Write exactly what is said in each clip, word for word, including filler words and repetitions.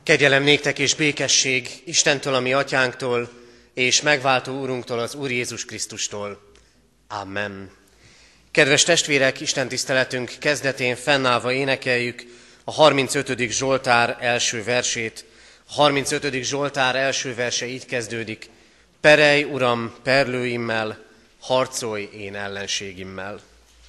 Kegyelem néktek és békesség Istentől, a mi atyánktól, és megváltó Úrunktól, az Úr Jézus Krisztustól. Amen. Kedves testvérek, Isten tiszteletünk kezdetén fennállva énekeljük a harmincötödik Zsoltár első versét. A harmincötödik Zsoltár első verse így kezdődik: Perelj, Uram, perlőimmel, harcolj én ellenségimmel.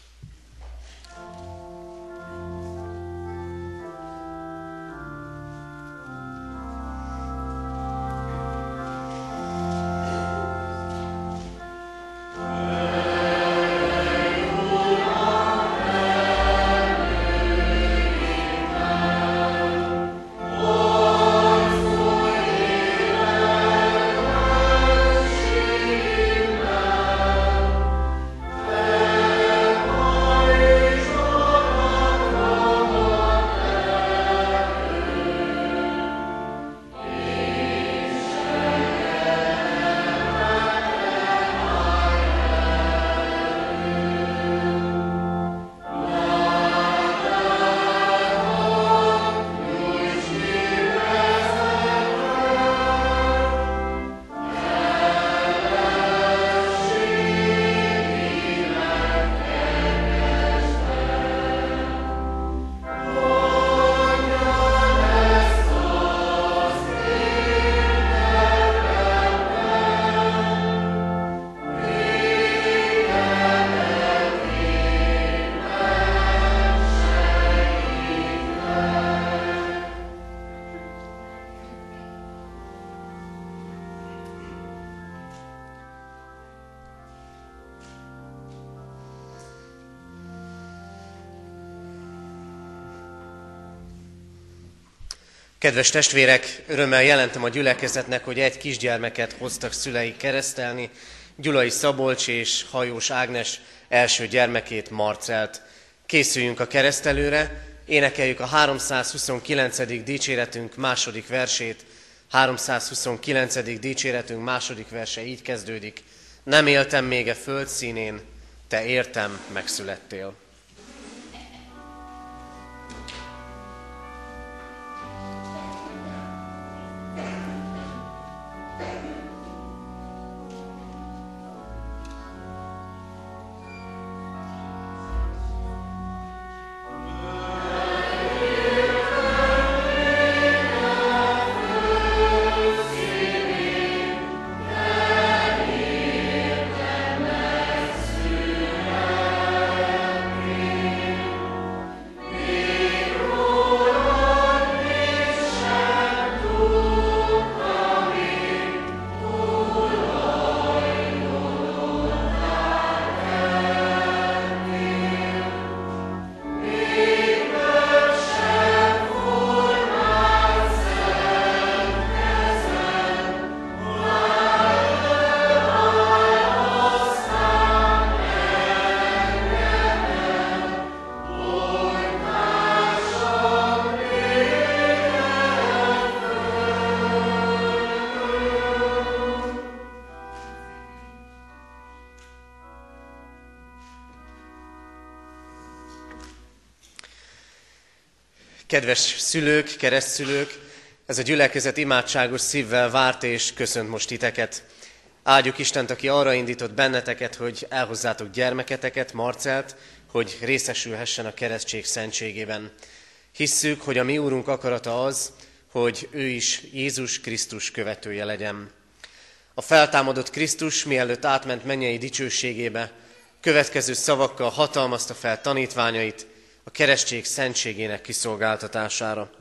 Kedves testvérek, örömmel jelentem a gyülekezetnek, hogy egy kisgyermeket hoztak szüleik keresztelni, Gyulai Szabolcs és Hajós Ágnes első gyermekét, Marcelt. Készüljünk a keresztelőre, énekeljük a háromszázhuszonkilencedik dicséretünk második versét. háromszázhuszonkilencedik dicséretünk második verse így kezdődik: Nem éltem még e föld színén, te értem megszülettél. Kedves szülők, keresztszülők, ez a gyülekezet imádságos szívvel várt és köszönt most titeket. Áldjuk Istent, aki arra indított benneteket, hogy elhozzátok gyermeketeket, Marcelt, hogy részesülhessen a keresztség szentségében. Hisszük, hogy a mi Úrunk akarata az, hogy ő is Jézus Krisztus követője legyen. A feltámadott Krisztus, mielőtt átment mennyei dicsőségébe, következő szavakkal hatalmazta fel tanítványait a keresztség szentségének kiszolgáltatására.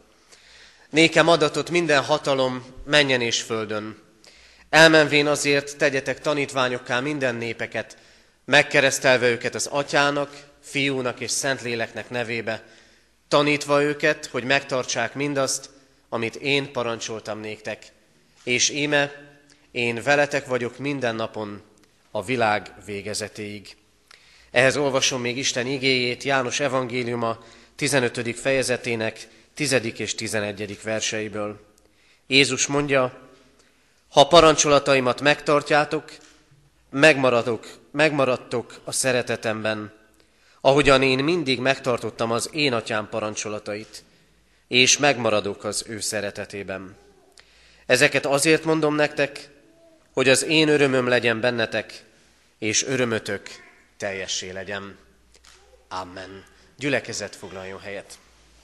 Nékem adatot minden hatalom mennyen és földön. Elmenvén azért tegyetek tanítványokká minden népeket, megkeresztelve őket az Atyának, Fiúnak és Szentléleknek nevébe, tanítva őket, hogy megtartsák mindazt, amit én parancsoltam néktek. És íme, én veletek vagyok minden napon, a világ végezetéig. Ehhez olvasom még Isten igéjét, János evangéliuma tizenötödik fejezetének tizedik és tizenegyedik verseiből. Jézus mondja: ha parancsolataimat megtartjátok, megmaradok, megmaradtok a szeretetemben, ahogyan én mindig megtartottam az én atyám parancsolatait. és megmaradok az ő szeretetében. Ezeket azért mondom nektek, hogy az én örömöm legyen bennetek, és örömötök teljessé legyen. Amen. Gyülekezet, foglaljon helyet.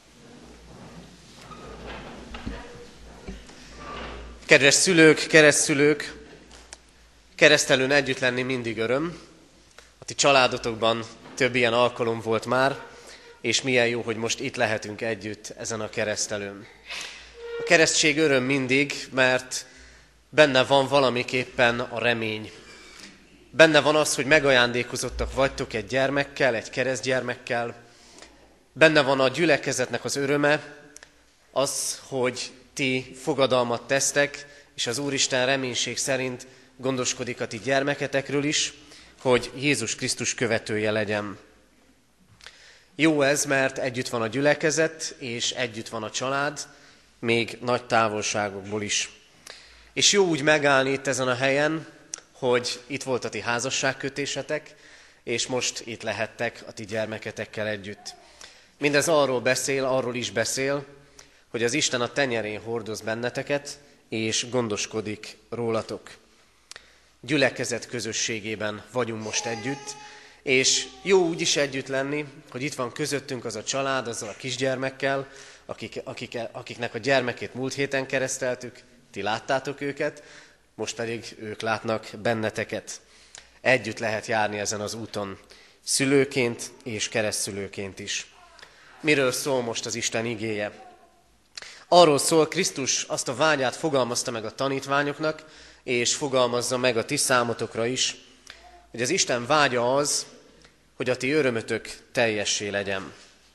Kedves szülők, keresztszülők, keresztelőn együtt lenni mindig öröm. A ti családotokban több ilyen alkalom volt már, és milyen jó, hogy most itt lehetünk együtt ezen a keresztelőn. A keresztség öröm mindig, mert benne van valamiképpen a remény. Benne van az, hogy megajándékozottak vagytok egy gyermekkel, egy keresztgyermekkel. Benne van a gyülekezetnek az öröme, az, hogy ti fogadalmat tesztek, és az Úristen reménység szerint gondoskodik a ti gyermeketekről is, hogy Jézus Krisztus követője legyen. Jó ez, mert együtt van a gyülekezet, és együtt van a család, még nagy távolságokból is. És jó úgy megállni itt ezen a helyen, hogy itt volt a ti házasságkötésetek, és most itt lehettek a ti gyermeketekkel együtt. Mindez arról beszél, arról is beszél, hogy az Isten a tenyerén hordoz benneteket, és gondoskodik rólatok. Gyülekezet közösségében vagyunk most együtt, és jó úgy is együtt lenni, hogy itt van közöttünk az a család, azzal a kisgyermekkel, akik, akik, akiknek a gyermekét múlt héten kereszteltük, ti láttátok őket, most pedig ők látnak benneteket. Együtt lehet járni ezen az úton, szülőként és keresztszülőként is. Miről szól most az Isten igéje? Arról szól, Krisztus azt a vágyát fogalmazta meg a tanítványoknak, és fogalmazza meg a ti számotokra is, hogy az Isten vágya az, hogy a ti örömötök teljessé legyen.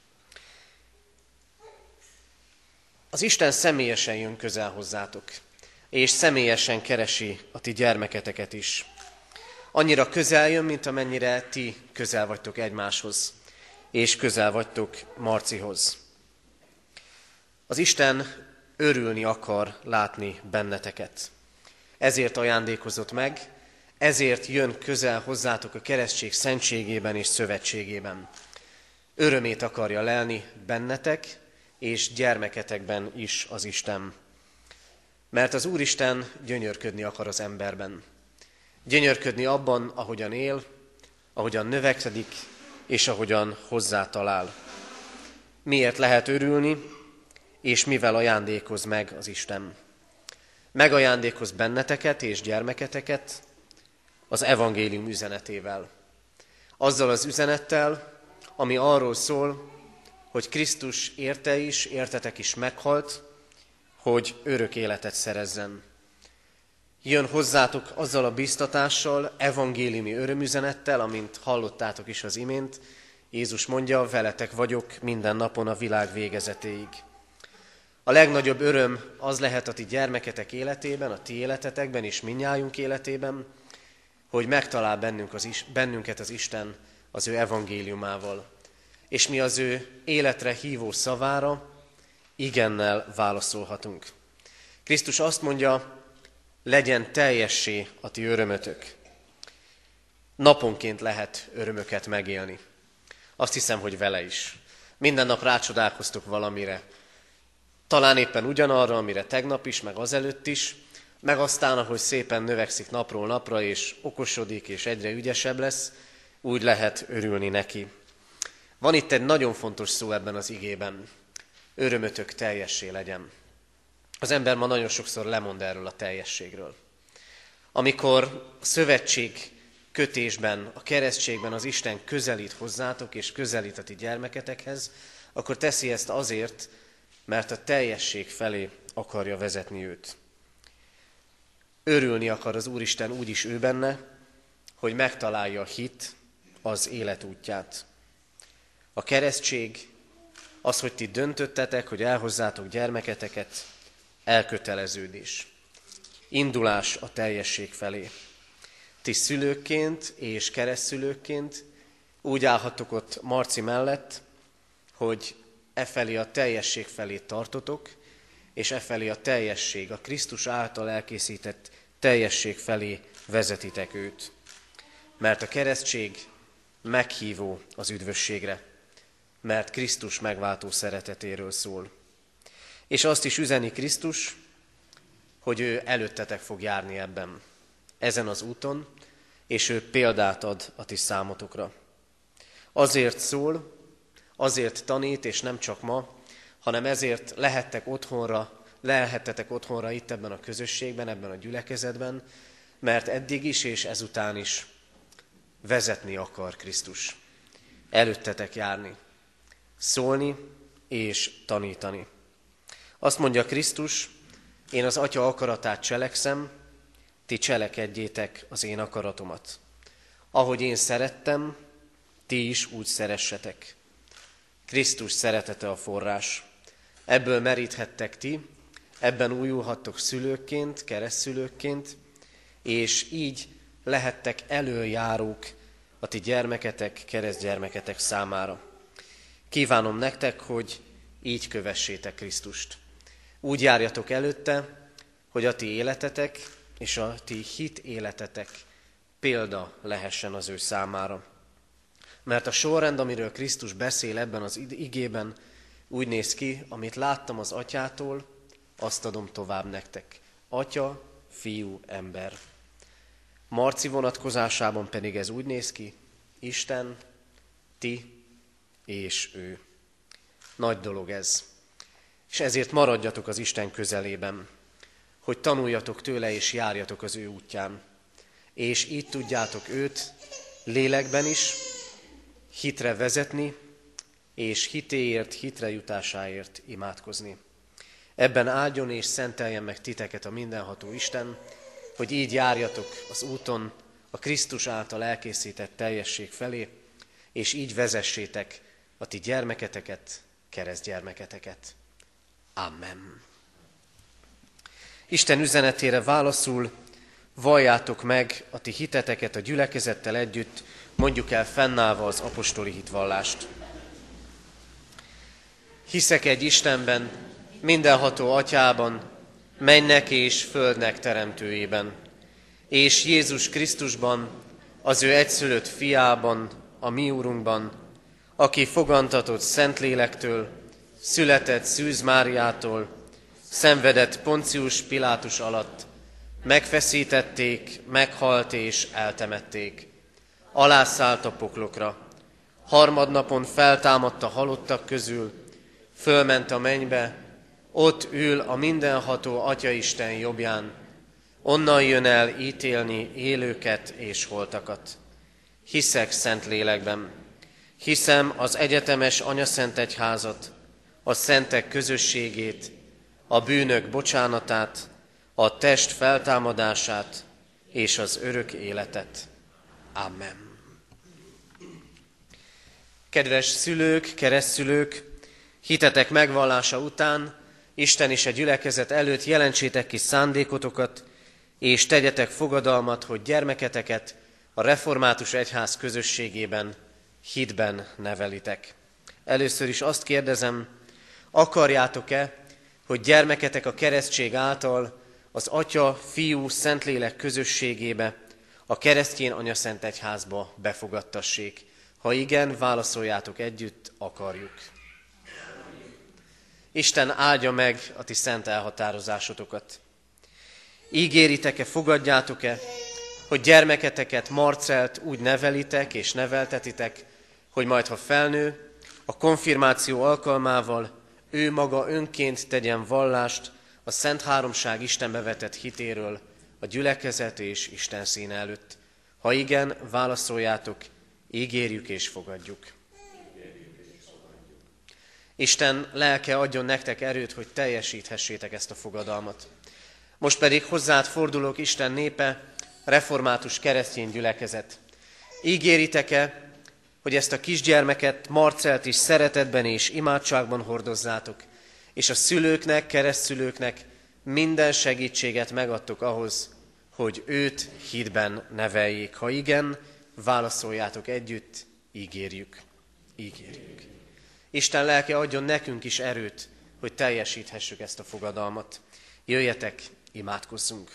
Az Isten személyesen jön közel hozzátok, és személyesen keresi a ti gyermeketeket is. Annyira közel jön, mint amennyire ti közel vagytok egymáshoz, és közel vagytok Marcihoz. Az Isten örülni akar látni benneteket. Ezért ajándékozott meg, ezért jön közel hozzátok a keresztség szentségében és szövetségében. Örömét akarja lelni bennetek, és gyermeketekben is az Isten. Mert az Úristen gyönyörködni akar az emberben. Gyönyörködni abban, ahogyan él, ahogyan növekszik, és ahogyan hozzá talál. Miért lehet örülni, és mivel ajándékoz meg az Isten? Megajándékoz benneteket és gyermeketeket az evangélium üzenetével. Azzal az üzenettel, ami arról szól, hogy Krisztus érte is, értetek is meghalt, hogy örök életet szerezzen. Jön hozzátok azzal a biztatással, evangéliumi örömüzenettel, amint hallottátok is az imént, Jézus mondja, veletek vagyok minden napon a világ végezetéig. A legnagyobb öröm az lehet a ti gyermeketek életében, a ti életetekben és mindnyájunk életében, hogy megtalál bennünk az is, bennünket az Isten az ő evangéliumával. És mi az ő életre hívó szavára igennel válaszolhatunk. Krisztus azt mondja, legyen teljessé a ti örömötök. Naponként lehet örömöket megélni. Azt hiszem, hogy vele is. Minden nap rácsodálkoztok valamire. Talán éppen ugyanarra, amire tegnap is, meg azelőtt is, meg aztán, ahogy szépen növekszik napról napra, és okosodik, és egyre ügyesebb lesz, úgy lehet örülni neki. Van itt egy nagyon fontos szó ebben az igében. Örömötök teljessé legyen. Az ember ma nagyon sokszor lemond erről a teljességről. Amikor a szövetség kötésben, a keresztségben az Isten közelít hozzátok, és közelít a ti gyermeketekhez, akkor teszi ezt azért, mert a teljesség felé akarja vezetni őt. Örülni akar az Úristen úgyis ő benne, hogy megtalálja a hit az élet útját. A keresztség, az, hogy ti döntöttetek, hogy elhozzátok gyermeketeket, elköteleződés. Indulás a teljesség felé. Ti szülőkként és keresztszülőkként úgy állhatok ott Marci mellett, hogy e felé a teljesség felé tartotok, és e felé a teljesség, a Krisztus által elkészített teljesség felé vezetitek őt. Mert a keresztség meghívó az üdvösségre, mert Krisztus megváltó szeretetéről szól. És azt is üzeni Krisztus, hogy ő előttetek fog járni ebben, ezen az úton, és ő példát ad a ti számotokra. Azért szól, azért tanít, és nem csak ma, hanem ezért lehettek otthonra, lehettetek otthonra itt ebben a közösségben, ebben a gyülekezetben, mert eddig is és ezután is vezetni akar Krisztus. Előttetek járni, szólni és tanítani. Azt mondja Krisztus, én az Atya akaratát cselekszem, ti cselekedjétek az én akaratomat. Ahogy én szerettem, ti is úgy szeressetek. Krisztus szeretete a forrás. Ebből meríthettek ti, ebben újulhattok szülőkként, keresztszülőkként, és így lehettek elöljárók a ti gyermeketek, keresztgyermeketek számára. Kívánom nektek, hogy így kövessétek Krisztust. Úgy járjatok előtte, hogy a ti életetek és a ti hit életetek példa lehessen az ő számára. Mert a sorrend, amiről Krisztus beszél ebben az igében, úgy néz ki, amit láttam az Atyától, azt adom tovább nektek. Atya, Fiú, ember. Marci vonatkozásában pedig ez úgy néz ki, Isten, ti és ő. Nagy dolog ez. És ezért maradjatok az Isten közelében, hogy tanuljatok tőle és járjatok az ő útján. És így tudjátok őt lélekben is hitre vezetni, és hitéért, hitre jutásáért imádkozni. Ebben áldjon és szenteljen meg titeket a mindenható Isten, hogy így járjatok az úton a Krisztus által elkészített teljesség felé, és így vezessétek a ti gyermeketeket, keresztgyermeketeket. Amen. Isten üzenetére válaszul valljátok meg a ti hiteteket a gyülekezettel együtt, mondjuk el fennállva az apostoli hitvallást. Hiszek egy Istenben, mindenható Atyában, mennek és földnek teremtőjében, és Jézus Krisztusban, az ő egyszülött fiában, a mi Urunkban, aki fogantatott Szentlélektől, született Szűz Máriától, szenvedett Poncius Pilátus alatt, megfeszítették, meghalt és eltemették. Alászállt a poklokra, harmadnapon feltámadt a halottak közül, fölment a mennybe, ott ül a mindenható Atyaisten jobbján, onnan jön el ítélni élőket és holtakat. Hiszek Szentlélekben, hiszem az egyetemes Anyaszent Egyházat, a szentek közösségét, a bűnök bocsánatát, a test feltámadását és az örök életet. Amen. Kedves szülők, keresztszülők, hitetek megvallása után Isten és a gyülekezet előtt jelentsétek ki szándékotokat, és tegyetek fogadalmat, hogy gyermeketeket a református egyház közösségében, hitben nevelitek. Először is azt kérdezem, akarjátok-e, hogy gyermeketek a keresztség által az Atya, Fiú, Szentlélek közösségébe, a keresztény Anyaszent Egyházba befogadtassék? Ha igen, válaszoljátok együtt, akarjuk. Isten áldja meg a ti szent elhatározásotokat. Ígéritek-e, fogadjátok-e, hogy gyermeketeket Marcelt úgy nevelitek és neveltetitek, hogy majd, ha felnő, a konfirmáció alkalmával ő maga önként tegyen vallást a Szent Háromság Istenbe vetett hitéről a gyülekezet és Isten színe előtt. Ha igen, válaszoljátok, ígérjük és fogadjuk. Isten lelke adjon nektek erőt, hogy teljesíthessétek ezt a fogadalmat. Most pedig hozzád fordulok, Isten népe, református keresztény gyülekezet. Ígéritek-e, hogy ezt a kisgyermeket Marcelt is szeretetben és imádságban hordozzátok, és a szülőknek, keresztszülőknek minden segítséget megadtok ahhoz, hogy őt hitben neveljék. Ha igen, válaszoljátok együtt, ígérjük. Ígérjük. Isten lelke adjon nekünk is erőt, hogy teljesíthessük ezt a fogadalmat. Jöjjetek, imádkozzunk.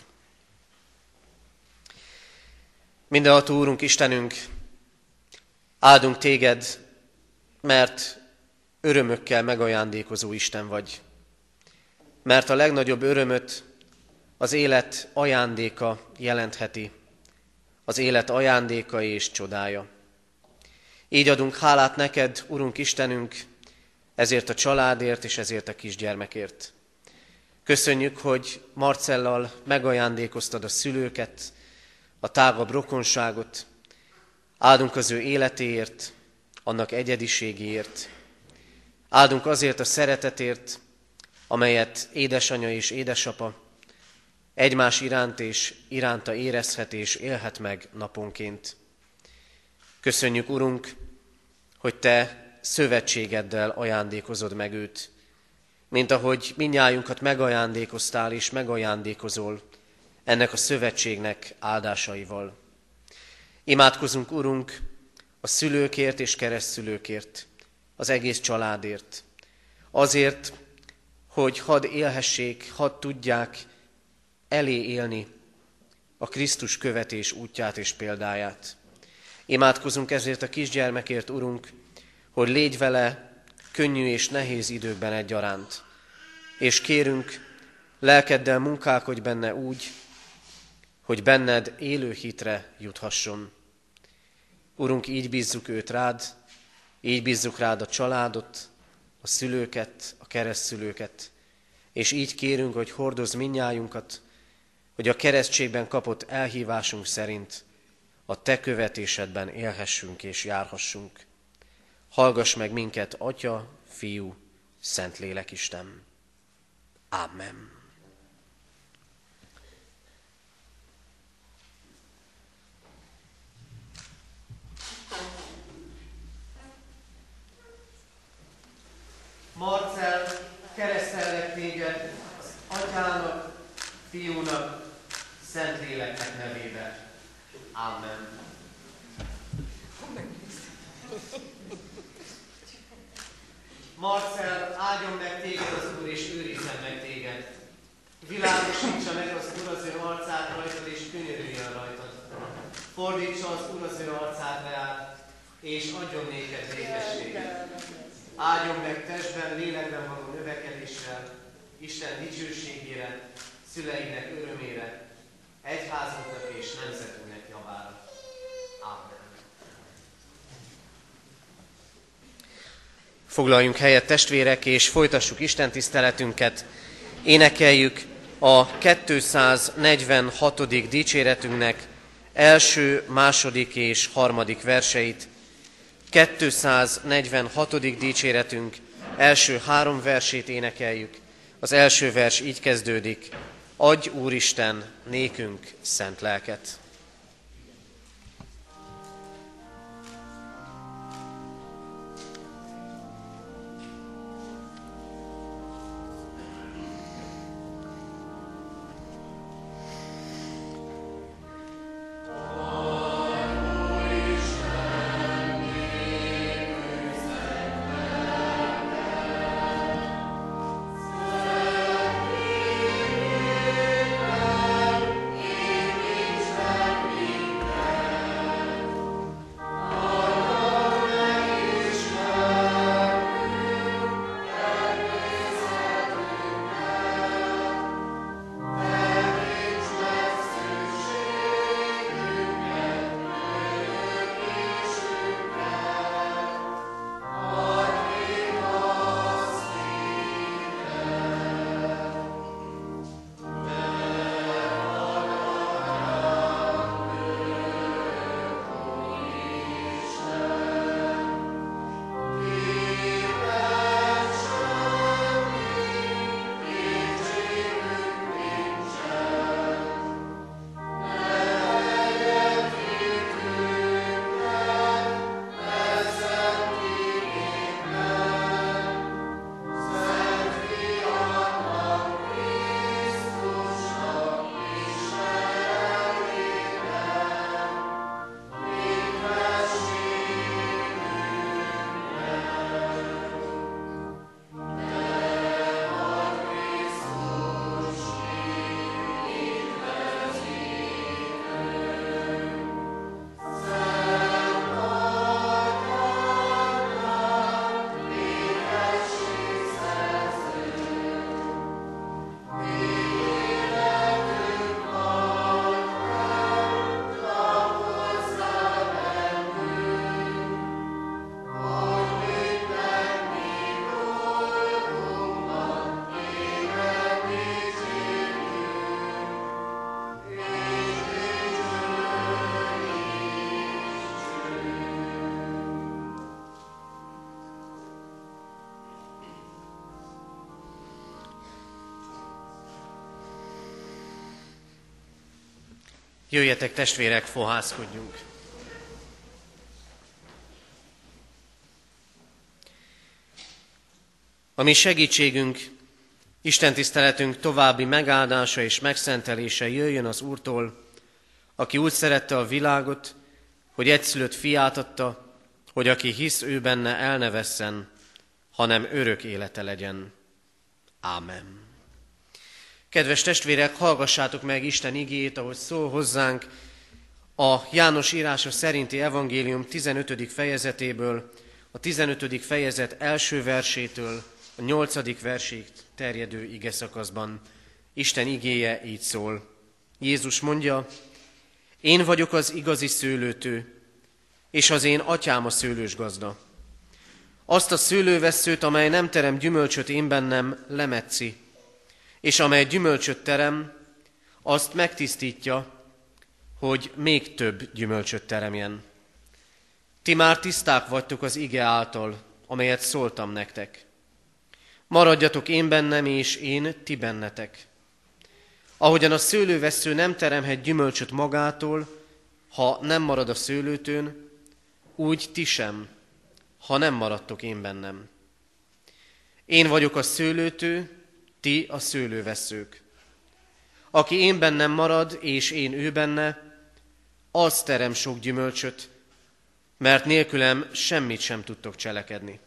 Mindenható Úrunk, Istenünk, áldunk téged, mert örömökkel megajándékozó Isten vagy. mert a legnagyobb örömöt az élet ajándéka jelentheti, az élet ajándéka és csodája. Így adunk hálát neked, Urunk Istenünk, ezért a családért és ezért a kisgyermekért. Köszönjük, hogy Marcellal megajándékoztad a szülőket, a tágabb rokonságot. Áldunk az ő életéért, annak egyediségéért. Áldunk azért a szeretetért, amelyet édesanyja és édesapa egymás iránt és iránta érezhet és élhet meg naponként. Köszönjük, Urunk, hogy Te szövetségeddel ajándékozod meg őt, mint ahogy mindnyájunkat megajándékoztál és megajándékozol ennek a szövetségnek áldásaival. Imádkozunk, Urunk, a szülőkért és keresztszülőkért, az egész családért. Azért, hogy hadd élhessék, hadd tudják elé élni a Krisztus követés útját és példáját. Imádkozunk ezért a kisgyermekért, Urunk, hogy légy vele könnyű és nehéz időkben egyaránt. És kérünk, lelkeddel munkálkodj benne úgy, hogy benned élő hitre juthasson. Urunk, így bízzuk őt rád, így bízzuk rád a családot, a szülőket, a keresztszülőket, és így kérünk, hogy hordozz mindnyájunkat, hogy a keresztségben kapott elhívásunk szerint a te követésedben élhessünk és járhassunk. Hallgass meg minket, Atya, Fiú, Szentlélek Isten. Amen. Marcell, keresztellek téged az Atyának, Fiúnak, Szentléleknek nevében. Amen. Marcell, áldjon meg téged az Úr, és őrizzen meg téged. Világosítsa meg az Úr az ő arcát rajtad, és könyörüljön rajtad. Fordítsa az Úr az ő arcát reád, és adjon néked békességet. Áldjon meg testben, lélekben való növekedéssel, Isten dicsőségére, szüleinek örömére, egyházunknak és nemzetünknek javára. Amen. Foglaljunk helyet, testvérek, és folytassuk Isten tiszteletünket. Énekeljük a kétszáznegyvenhatodik dicséretünknek első, második és harmadik verseit. kétszáznegyvenhatodik dicséretünk első három versét énekeljük. Az első vers így kezdődik: Adj, Úristen, nékünk szent lelket! Amen. Jöjjetek, testvérek, fohászkodjunk! A mi segítségünk, istentiszteletünk további megáldása és megszentelése jöjjön az Úrtól, aki úgy szerette a világot, hogy egyszülött fiát adta, hogy aki hisz ő benne, el ne vesszen, hanem örök élete legyen. Ámen. Kedves testvérek, hallgassátok meg Isten igéjét, ahogy szól hozzánk a János írása szerinti evangélium tizenötödik fejezetéből, a tizenötödik fejezet első versétől a nyolcadik versig terjedő igeszakaszban. Isten igéje így szól. Jézus mondja: én vagyok az igazi szőlőtő, és az én atyám a szőlősgazda. Azt a szőlővesszőt, amely nem terem gyümölcsöt én bennem, lemetszi, és amely gyümölcsöt terem, azt megtisztítja, hogy még több gyümölcsöt teremjen. Ti már tiszták vagytok az ige által, amelyet szóltam nektek. Maradjatok én bennem, és én ti bennetek. Ahogyan a szőlővessző nem teremhet gyümölcsöt magától, ha nem marad a szőlőtőn, úgy ti sem, ha nem maradtok én bennem. Én vagyok a szőlőtő, ti a szőlővesszők. Aki én bennem marad, és én ő benne, az terem sok gyümölcsöt, mert nélkülem semmit sem tudtok cselekedni.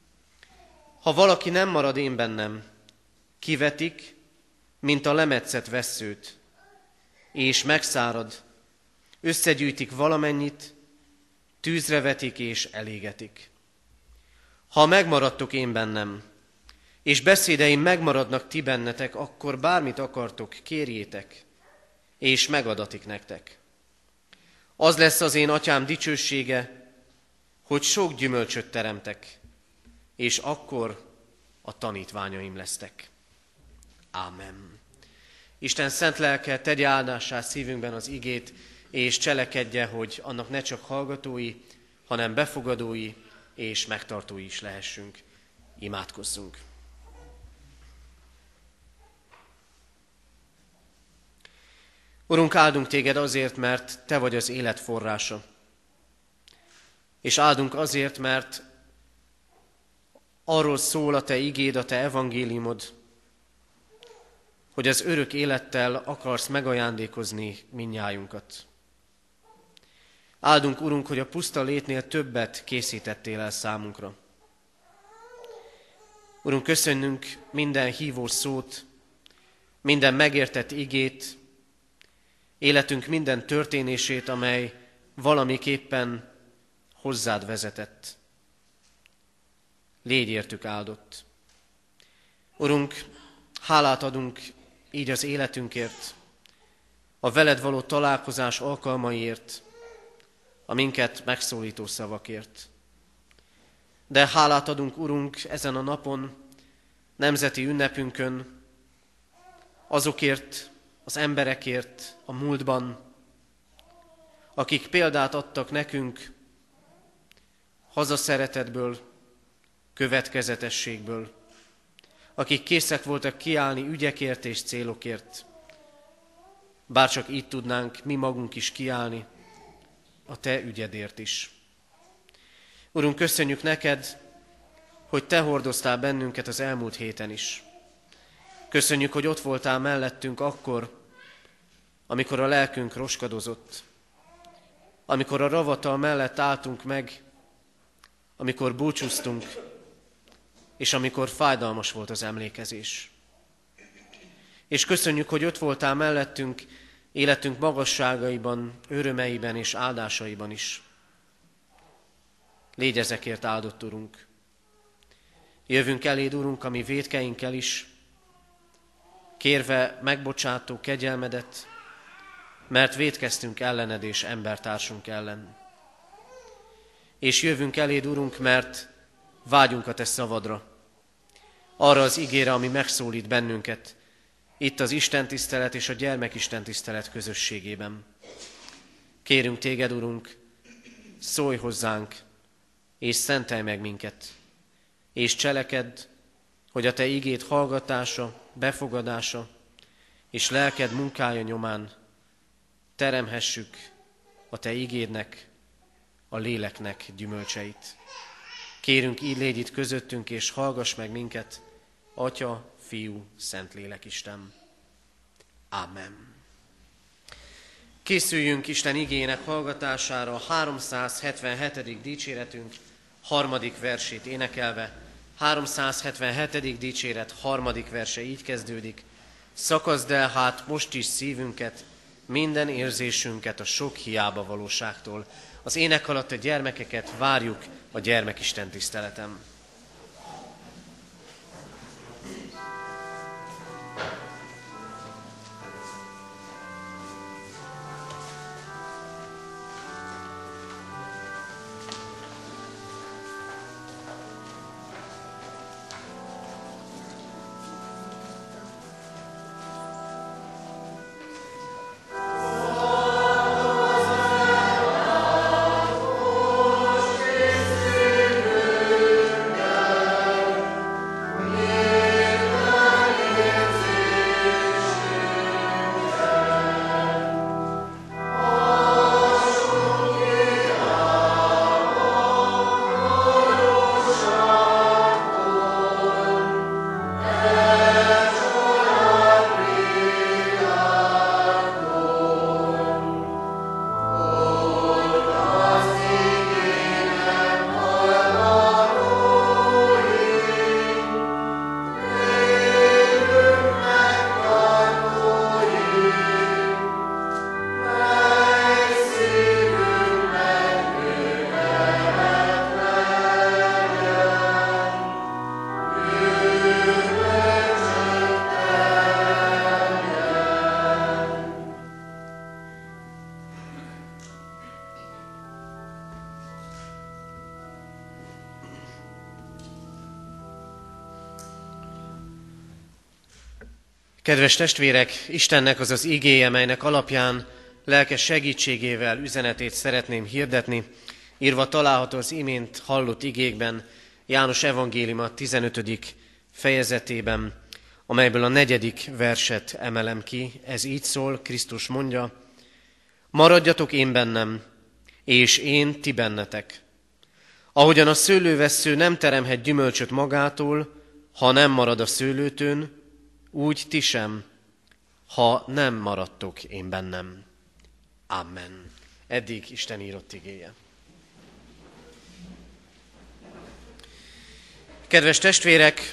Ha valaki nem marad én bennem, kivetik, mint a lemetszett vesszőt, és megszárad, összegyűjtik valamennyit, tűzre vetik és elégetik. Ha megmaradtok én bennem, és beszédeim megmaradnak ti bennetek, akkor bármit akartok, kérjétek, és megadatik nektek. Az lesz az én atyám dicsősége, hogy sok gyümölcsöt teremtek, és akkor a tanítványaim lesztek. Ámen. Isten szent lelke tegye áldássá szívünkben az igét, és cselekedje, hogy annak ne csak hallgatói, hanem befogadói és megtartói is lehessünk. Imádkozzunk. Urunk, áldunk téged azért, mert te vagy az élet forrása. És áldunk azért, mert arról szól a te igéd, a te evangéliumod, hogy az örök élettel akarsz megajándékozni mindnyájunkat. Áldunk, Urunk, hogy a puszta létnél többet készítettél el számunkra. Urunk, köszönjünk minden hívó szót, minden megértett igét, életünk minden történését, amely valamiképpen hozzád vezetett. Légy értük áldott. Urunk, hálát adunk így az életünkért, a veled való találkozás alkalmaiért, a minket megszólító szavakért. De hálát adunk, Urunk, ezen a napon, nemzeti ünnepünkön, azokért, az emberekért a múltban, akik példát adtak nekünk hazaszeretetből, következetességből, akik készek voltak kiállni ügyekért és célokért, bárcsak így tudnánk mi magunk is kiállni a te ügyedért is. Urunk, köszönjük neked, hogy te hordoztál bennünket az elmúlt héten is. Köszönjük, hogy ott voltál mellettünk akkor, amikor a lelkünk roskadozott, amikor a ravatal mellett álltunk meg, amikor búcsúztunk, és amikor fájdalmas volt az emlékezés. És köszönjük, hogy ott voltál mellettünk életünk magasságaiban, örömeiben és áldásaiban is. Légy ezekért áldott, Urunk. Jövünk eléd, Urunk, a mi vétkeinkkel is, kérve megbocsátó kegyelmedet, mert vétkeztünk ellened és embertársunk ellen. És jövünk eléd, Urunk, mert vágyunk a te szavadra, arra az igére, ami megszólít bennünket, itt az istentisztelet és a gyermekistentisztelet közösségében. Kérünk téged, Urunk, szólj hozzánk, és szentelj meg minket, és cselekedd, hogy a te igét hallgatása, befogadása és lelked munkája nyomán teremhessük a Te igédnek, a léleknek gyümölcseit. Kérünk, így légy itt közöttünk, és hallgass meg minket, Atya, Fiú, Szentlélek Isten. Amen. Készüljünk Isten igének hallgatására a háromszázhetvenhetedik dicséretünk harmadik versét énekelve. háromszázhetvenhetedik dicséret harmadik verse így kezdődik. Szakaszd el hát most is szívünket, minden érzésünket a sok hiába valóságtól. Az ének alatt a gyermekeket várjuk a gyermekisten tiszteletem. Kedves testvérek, Istennek az az igéje, melynek alapján lelkes segítségével üzenetét szeretném hirdetni, írva található az imént hallott igékben, János evangéliuma tizenötödik fejezetében, amelyből a negyedik verset emelem ki. Ez így szól, Krisztus mondja: maradjatok én bennem, és én ti bennetek. Ahogyan a szőlővessző nem teremhet gyümölcsöt magától, ha nem marad a szőlőtőn, úgy ti sem, ha nem maradtok én bennem. Amen. Eddig Isten írott igéje. Kedves testvérek,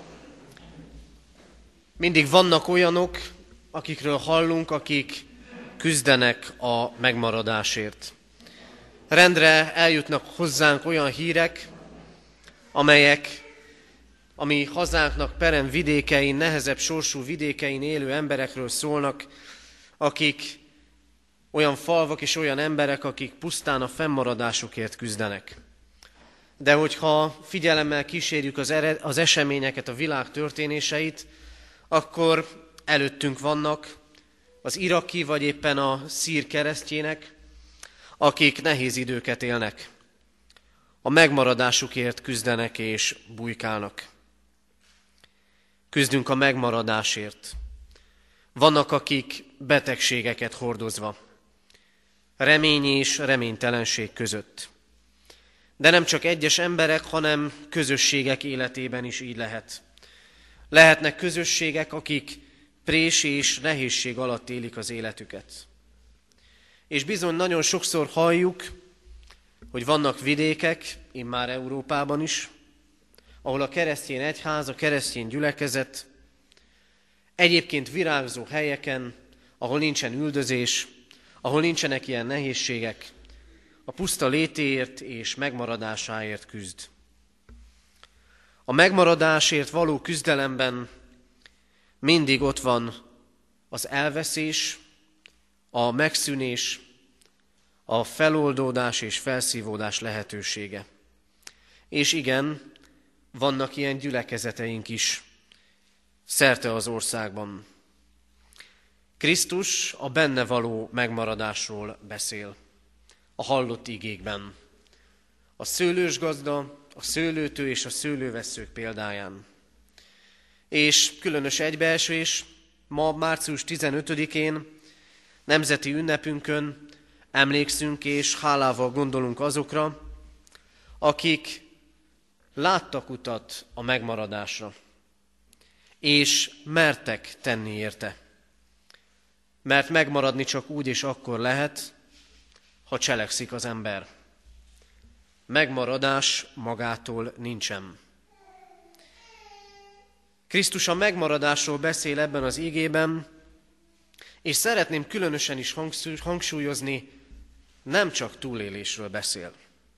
mindig vannak olyanok, akikről hallunk, akik küzdenek a megmaradásért. Rendre eljutnak hozzánk olyan hírek, amelyek a mi hazánknak perem vidékein, nehezebb sorsú vidékein élő emberekről szólnak, akik olyan falvak és olyan emberek, akik pusztán a fennmaradásukért küzdenek. De hogyha figyelemmel kísérjük az, ered, az eseményeket, a világ történéseit, akkor előttünk vannak az iraki vagy éppen a szír keresztjének, akik nehéz időket élnek. A megmaradásukért küzdenek és bujkálnak. Küzdünk a megmaradásért. Vannak, akik betegségeket hordozva, remény és reménytelenség között. De nem csak egyes emberek, hanem közösségek életében is így lehet. Lehetnek közösségek, akik prés és nehézség alatt élik az életüket. És bizony nagyon sokszor halljuk, hogy vannak vidékek, immár Európában is, ahol a keresztény egyház, a keresztény gyülekezet egyébként virágzó helyeken, ahol nincsen üldözés, ahol nincsenek ilyen nehézségek, a puszta létéért és megmaradásáért küzd. A megmaradásért való küzdelemben mindig ott van az elveszés, a megszűnés, a feloldódás és felszívódás lehetősége. És igen, vannak ilyen gyülekezeteink is szerte az országban. Krisztus a benne való megmaradásról beszél a hallott igékben. A szőlős gazda, a szőlőtő és a szőlővesszők példáján. És különös egybeesés, ma március tizenötödikén Nemzeti ünnepünkön emlékszünk és hálával gondolunk azokra, akik láttak utat a megmaradásra, és mertek tenni érte. Mert megmaradni csak úgy és akkor lehet, ha cselekszik az ember. Megmaradás magától nincsen. Krisztus a megmaradásról beszél ebben az igében, és szeretném különösen is hangsúlyozni, nem csak túlélésről beszél.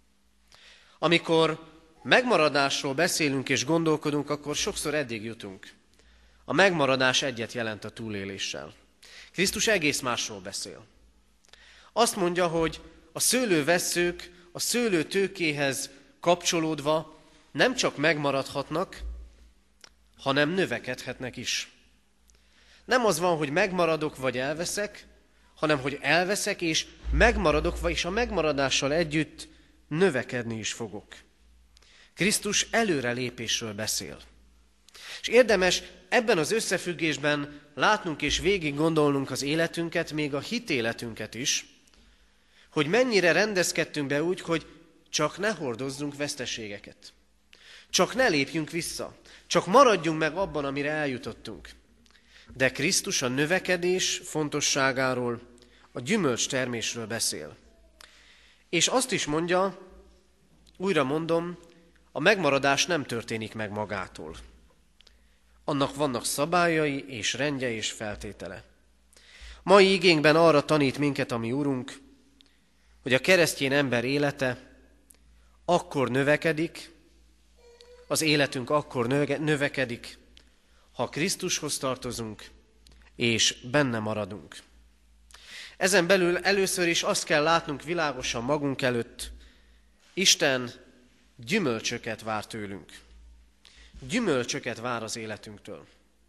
Amikor megmaradásról beszélünk és gondolkodunk, akkor sokszor eddig jutunk. A megmaradás egyet jelent a túléléssel. Krisztus egész másról beszél. Azt mondja, hogy a szőlővesszők a szőlőtőkéhez kapcsolódva nem csak megmaradhatnak, hanem növekedhetnek is. Nem az van, hogy megmaradok vagy elveszek, hanem hogy elveszek és megmaradok, és a megmaradással együtt növekedni is fogok. Krisztus előrelépésről beszél. És érdemes ebben az összefüggésben látnunk és végig gondolnunk az életünket, még a hitéletünket is, hogy mennyire rendezkedtünk be úgy, hogy csak ne hordozzunk veszteségeket. Csak ne lépjünk vissza. Csak maradjunk meg abban, amire eljutottunk. De Krisztus a növekedés fontosságáról, a gyümölcs termésről beszél. És azt is mondja, újra mondom, a megmaradás nem történik meg magától. Annak vannak szabályai és rendje és feltétele. Mai igénkben arra tanít minket a mi Urunk, hogy a keresztény ember élete akkor növekedik, az életünk akkor növekedik, ha Krisztushoz tartozunk, és benne maradunk. Ezen belül először is azt kell látnunk világosan magunk előtt, Isten gyümölcsöket vár tőlünk. Gyümölcsöket vár az életünktől.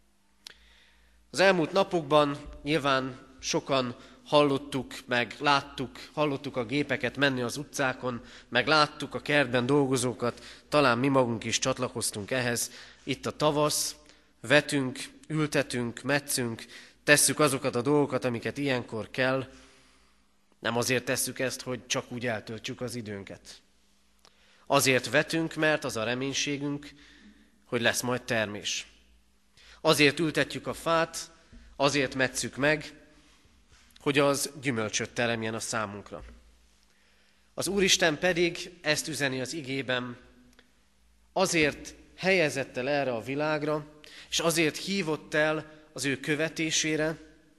Az elmúlt napokban nyilván sokan hallottuk, meg láttuk, hallottuk a gépeket menni az utcákon, meg láttuk a kertben dolgozókat, talán mi magunk is csatlakoztunk ehhez. Itt a tavasz, vetünk, ültetünk, metszünk, tesszük azokat a dolgokat, amiket ilyenkor kell. Nem azért tesszük ezt, hogy csak úgy eltöltsük az időnket. Azért vetünk, mert az a reménységünk, hogy lesz majd termés. Azért ültetjük a fát, azért metszük meg, hogy az gyümölcsöt teremjen a számunkra. Az Úristen pedig ezt üzeni az igében, azért helyezett el erre a világra, és azért hívott el az ő követésére,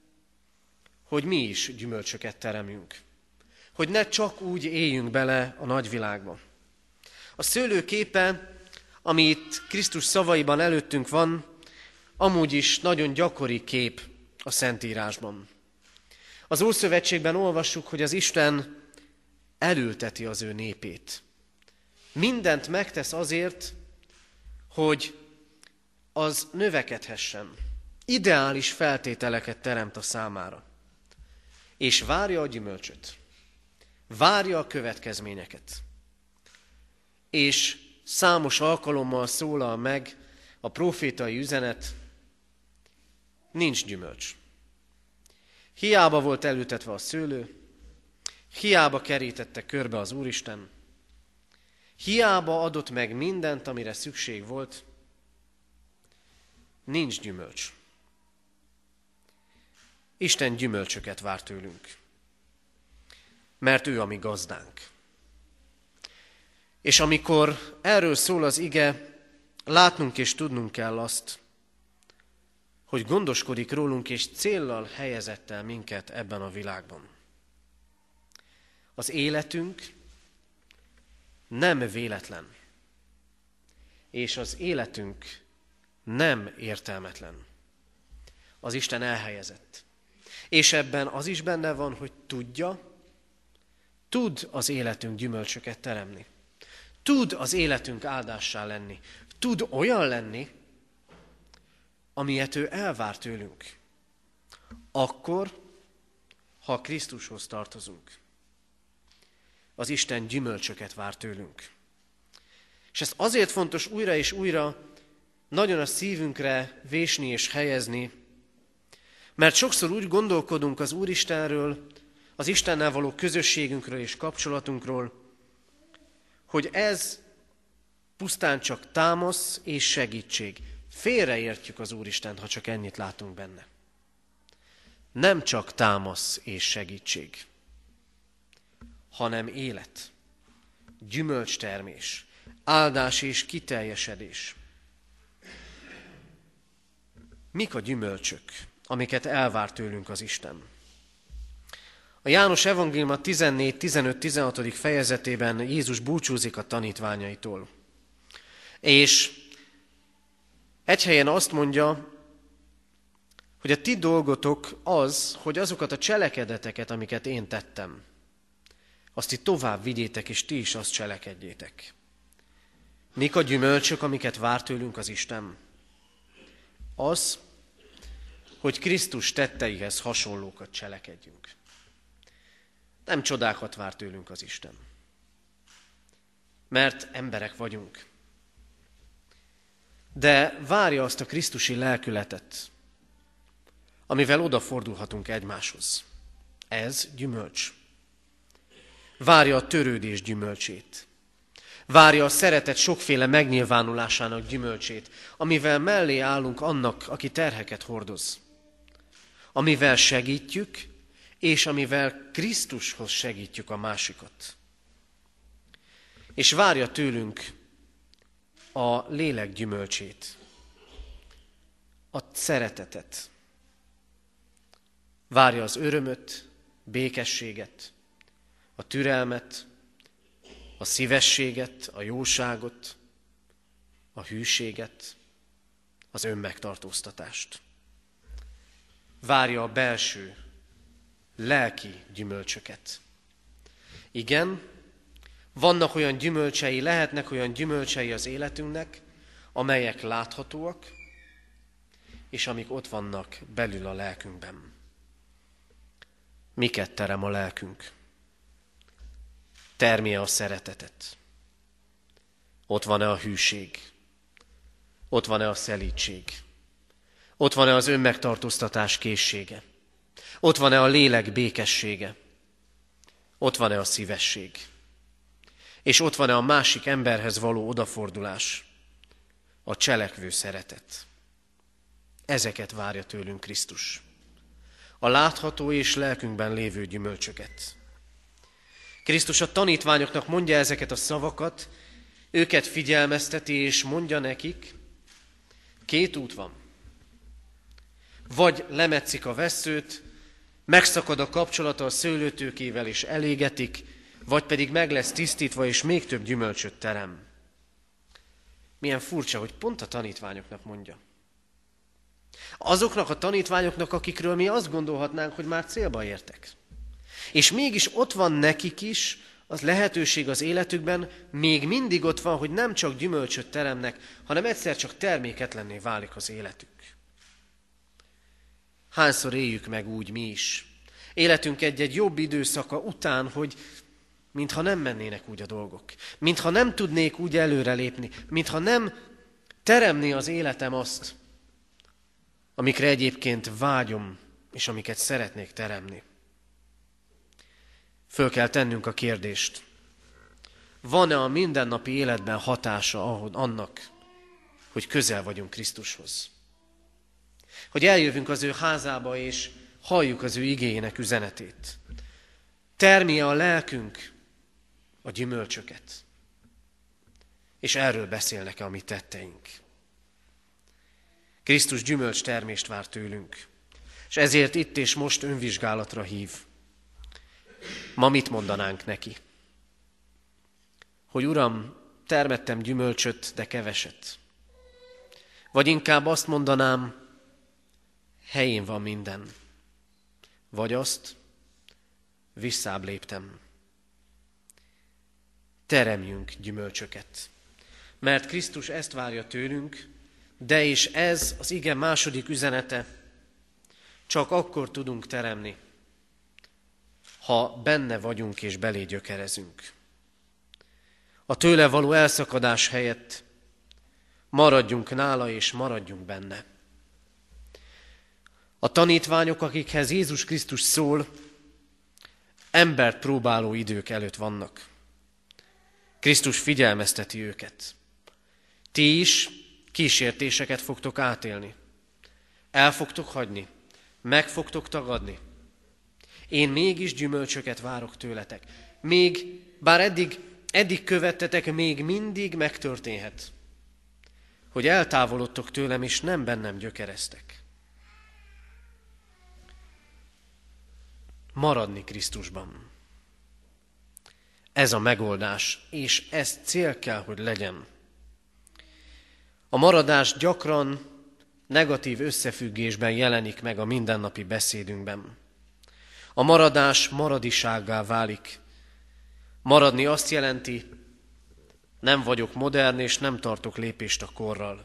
hogy mi is gyümölcsöket teremjünk. Hogy ne csak úgy éljünk bele a nagyvilágba. A szőlőképe, ami itt Krisztus szavaiban előttünk van, amúgy is nagyon gyakori kép a Szentírásban. Az Ószövetségben olvassuk, hogy az Isten elülteti az ő népét. Mindent megtesz azért, hogy az növekedhessen. Ideális feltételeket teremt a számára. És várja a gyümölcsöt. Várja a következményeket. És számos alkalommal szólal meg a profétai üzenet, nincs gyümölcs. Hiába volt elültetve a szőlő, hiába kerítette körbe az Úristen, hiába adott meg mindent, amire szükség volt, nincs gyümölcs. Isten gyümölcsöket vár tőlünk, mert ő a mi gazdánk. És amikor erről szól az ige, látnunk és tudnunk kell azt, hogy gondoskodik rólunk és céllal helyezett el minket ebben a világban. Az életünk nem véletlen, és az életünk nem értelmetlen. Az Isten elhelyezett. És ebben az is benne van, hogy tudja, tud az életünk gyümölcsöket teremni. Tud az életünk áldássá lenni. Tud olyan lenni, amilyet ő elvár tőlünk. Akkor, ha Krisztushoz tartozunk. Az Isten gyümölcsöket vár tőlünk. És ez azért fontos újra és újra nagyon a szívünkre vésni és helyezni, Mert sokszor úgy gondolkodunk az Úristenről, az Istennel való közösségünkről és kapcsolatunkról, hogy ez pusztán csak támasz és segítség. Félreértjük az Úristent, ha csak ennyit látunk benne. Nem csak támasz és segítség, hanem élet, gyümölcstermés, áldás és kiteljesedés. Mik a gyümölcsök, amiket elvár tőlünk az Isten? A János evangéliuma tizennégy, tizenöt, tizenhat. fejezetében Jézus búcsúzik a tanítványaitól. És egy helyen azt mondja, hogy a ti dolgotok az, hogy azokat a cselekedeteket, amiket én tettem, azt ti tovább vigyétek, és ti is azt cselekedjétek. Mik a gyümölcsök, amiket vár tőlünk az Isten? Az, hogy Krisztus tetteihez hasonlókat cselekedjünk. Nem csodákat vár tőlünk az Isten, mert emberek vagyunk. De várja azt a krisztusi lelkületet, amivel odafordulhatunk egymáshoz. Ez gyümölcs. Várja a törődés gyümölcsét. Várja a szeretet sokféle megnyilvánulásának gyümölcsét, amivel mellé állunk annak, aki terheket hordoz. Amivel segítjük, és amivel Krisztushoz segítjük a másikat. És várja tőlünk a lélek gyümölcsét, a szeretetet. Várja az örömöt, békességet, a türelmet, a szívességet, a jóságot, a hűséget, az önmegtartóztatást. Várja a belső, lelki gyümölcsöket. Igen, vannak olyan gyümölcsei, lehetnek olyan gyümölcsei az életünknek, amelyek láthatóak, és amik ott vannak belül a lelkünkben. Miket terem a lelkünk? Termje a szeretetet. Ott van-e a hűség? Ott van-e a szelídség? Ott van-e az önmegtartóztatás készsége? Ott van-e a lélek békessége? Ott van-e a szívesség? És ott van-e a másik emberhez való odafordulás? A cselekvő szeretet. Ezeket várja tőlünk Krisztus. A látható és lelkünkben lévő gyümölcsöket. Krisztus a tanítványoknak mondja ezeket a szavakat, őket figyelmezteti és mondja nekik, két út van. Vagy lemetszik a vesszőt, megszakad a kapcsolata a szőlőtőkével és elégetik, vagy pedig meg lesz tisztítva és még több gyümölcsöt terem. Milyen furcsa, hogy pont a tanítványoknak mondja. Azoknak a tanítványoknak, akikről mi azt gondolhatnánk, hogy már célba értek. És mégis ott van nekik is az lehetőség az életükben, még mindig ott van, hogy nem csak gyümölcsöt teremnek, hanem egyszer csak terméketlenné válik az életük. Hányszor éljük meg úgy mi is, életünk egy-egy jobb időszaka után, hogy mintha nem mennének úgy a dolgok, mintha nem tudnék úgy előrelépni, mintha nem teremné az életem azt, amikre egyébként vágyom, és amiket szeretnék teremni. Föl kell tennünk a kérdést, van-e a mindennapi életben hatása annak, hogy közel vagyunk Krisztushoz? Hogy eljövünk az ő házába, és halljuk az ő igéjének üzenetét. Termje a lelkünk a gyümölcsöket. És erről beszélnek a mi tetteink. Krisztus gyümölcs termést vár tőlünk, és ezért itt és most önvizsgálatra hív. Ma mit mondanánk neki? Hogy Uram, termettem gyümölcsöt, de keveset. Vagy inkább azt mondanám, helyén van minden. Vagy azt, visszább léptem. Teremjünk gyümölcsöket. Mert Krisztus ezt várja tőlünk, de és ez az ige második üzenete, csak akkor tudunk teremni, ha benne vagyunk és belé gyökerezünk. A tőle való elszakadás helyett maradjunk nála és maradjunk benne. A tanítványok, akikhez Jézus Krisztus szól, embert próbáló idők előtt vannak. Krisztus figyelmezteti őket. Ti is kísértéseket fogtok átélni. El fogtok hagyni. Meg fogtok tagadni. Én mégis gyümölcsöket várok tőletek. Még, bár eddig, eddig követtetek, még mindig megtörténhet, hogy eltávolodtok tőlem, és nem bennem gyökereztek. Maradni Krisztusban. Ez a megoldás, és ez cél kell, hogy legyen. A maradás gyakran negatív összefüggésben jelenik meg a mindennapi beszédünkben. A maradás maradisággá válik. Maradni azt jelenti, nem vagyok modern, és nem tartok lépést a korral.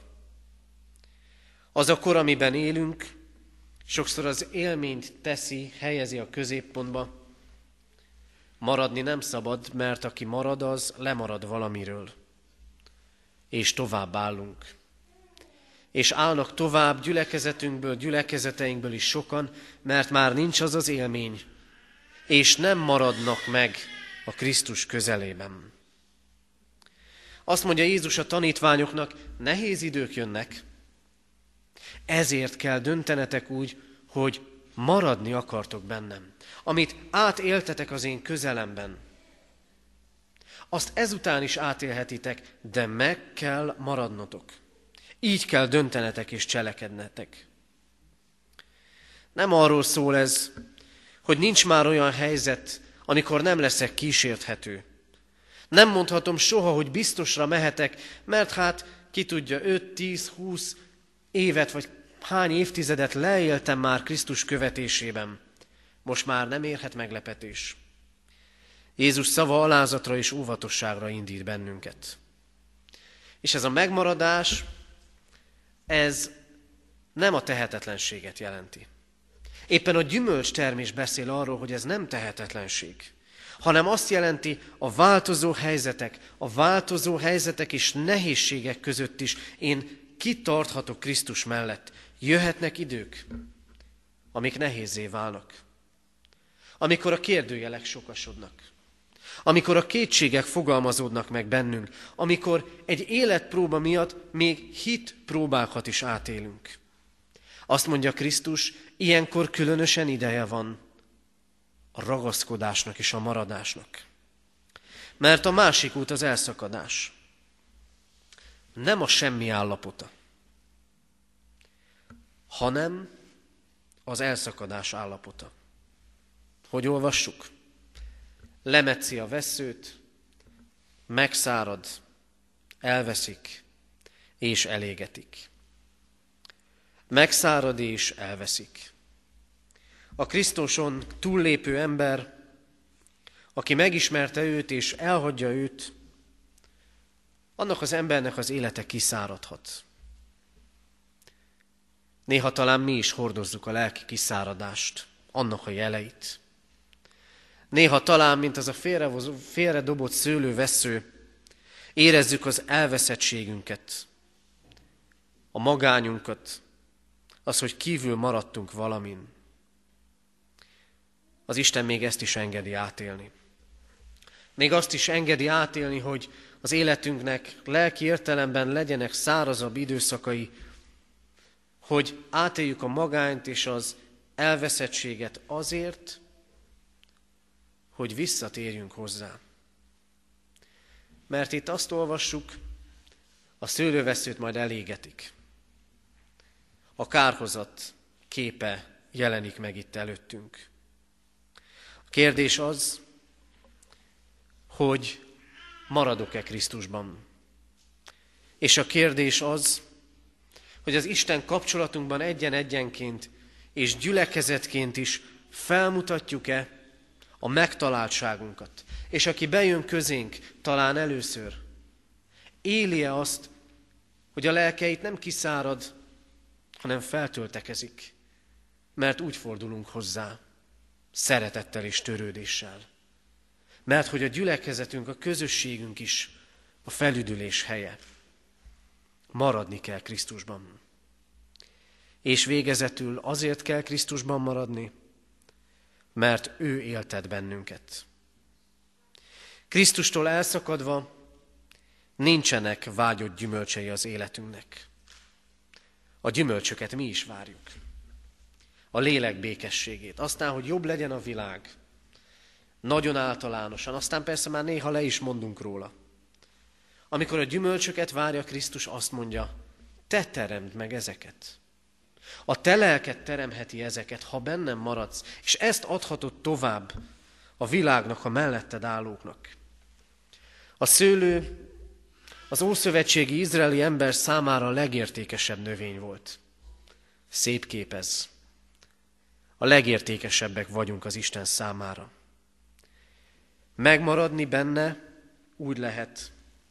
Az a kor, amiben élünk, sokszor az élményt teszi, helyezi a középpontba. Maradni nem szabad, mert aki marad, az lemarad valamiről. És tovább állunk. És állnak tovább gyülekezetünkből, gyülekezeteinkből is sokan, mert már nincs az az élmény, és nem maradnak meg a Krisztus közelében. Azt mondja Jézus a tanítványoknak, nehéz idők jönnek, ezért kell döntenetek úgy, hogy maradni akartok bennem. Amit átéltetek az én közelemben, azt ezután is átélhetitek, de meg kell maradnotok. Így kell döntenetek és cselekednetek. Nem arról szól ez, hogy nincs már olyan helyzet, amikor nem leszek kísérthető. Nem mondhatom soha, hogy biztosra mehetek, mert hát ki tudja, öt, tíz, húsz évet vagy hány évtizedet leéltem már Krisztus követésében. Most már nem érhet meglepetés. Jézus szava alázatra és óvatosságra indít bennünket. És ez a megmaradás, ez nem a tehetetlenséget jelenti. Éppen a gyümölcstermés beszél arról, hogy ez nem tehetetlenség, hanem azt jelenti, a változó helyzetek, a változó helyzetek és nehézségek között is én kitarthatok Krisztus mellett. Jöhetnek idők, amik nehézzé válnak. Amikor a kérdőjelek sokasodnak. Amikor a kétségek fogalmazódnak meg bennünk. Amikor egy életpróba miatt még hitpróbákat is átélünk. Azt mondja Krisztus, ilyenkor különösen ideje van a ragaszkodásnak és a maradásnak. Mert a másik út az elszakadás. Nem a semmi állapota, hanem az elszakadás állapota. Hogy olvassuk? Lemetszi a vesszőt, megszárad, elveszik és elégetik. Megszárad és elveszik. A Krisztuson túllépő ember, aki megismerte őt és elhagyja őt, annak az embernek az élete kiszáradhat. Néha talán mi is hordozzuk a lelki kiszáradást, annak a jeleit. Néha talán, mint az a félredobott szőlővessző, érezzük az elveszettségünket, a magányunkat, az, hogy kívül maradtunk valamin. Az Isten még ezt is engedi átélni. Még azt is engedi átélni, hogy az életünknek lelki értelemben legyenek szárazabb időszakai, hogy átéljük a magányt és az elveszettséget azért, hogy visszatérjünk hozzá. Mert itt azt olvassuk, a szőlővesszőt majd elégetik. A kárhozat képe jelenik meg itt előttünk. A kérdés az, hogy maradok-e Krisztusban. És a kérdés az, hogy az Isten kapcsolatunkban egyen-egyenként és gyülekezetként is felmutatjuk-e a megtaláltságunkat. És aki bejön közénk talán először, éli-e azt, hogy a lelkeit nem kiszárad, hanem feltöltekezik, mert úgy fordulunk hozzá, szeretettel és törődéssel. Mert hogy a gyülekezetünk, a közösségünk is a felüdülés helye. Maradni kell Krisztusban. És végezetül azért kell Krisztusban maradni, mert ő éltet bennünket. Krisztustól elszakadva nincsenek vágyott gyümölcsei az életünknek. A gyümölcsöket mi is várjuk. A lélek békességét. Aztán, hogy jobb legyen a világ. Nagyon általánosan. Aztán persze már néha le is mondunk róla. Amikor a gyümölcsöket várja Krisztus, azt mondja, te teremd meg ezeket. A te lelked teremheti ezeket, ha bennem maradsz, és ezt adhatod tovább a világnak, a melletted állóknak. A szőlő az ószövetségi izraeli ember számára a legértékesebb növény volt. Szép kép ez. A legértékesebbek vagyunk az Isten számára. Megmaradni benne úgy lehet,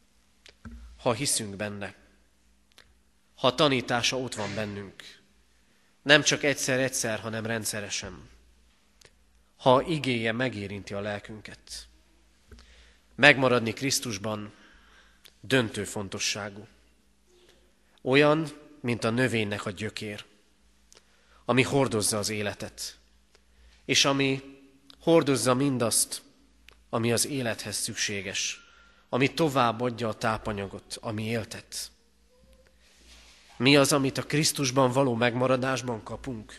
ha hiszünk benne. Ha a tanítása ott van bennünk. Nem csak egyszer-egyszer, hanem rendszeresen. Ha igéje megérinti a lelkünket. Megmaradni Krisztusban döntő fontosságú. Olyan, mint a növénynek a gyökér, ami hordozza az életet, és ami hordozza mindazt, ami az élethez szükséges, ami továbbadja a tápanyagot, ami éltet. Mi az, amit a Krisztusban való megmaradásban kapunk?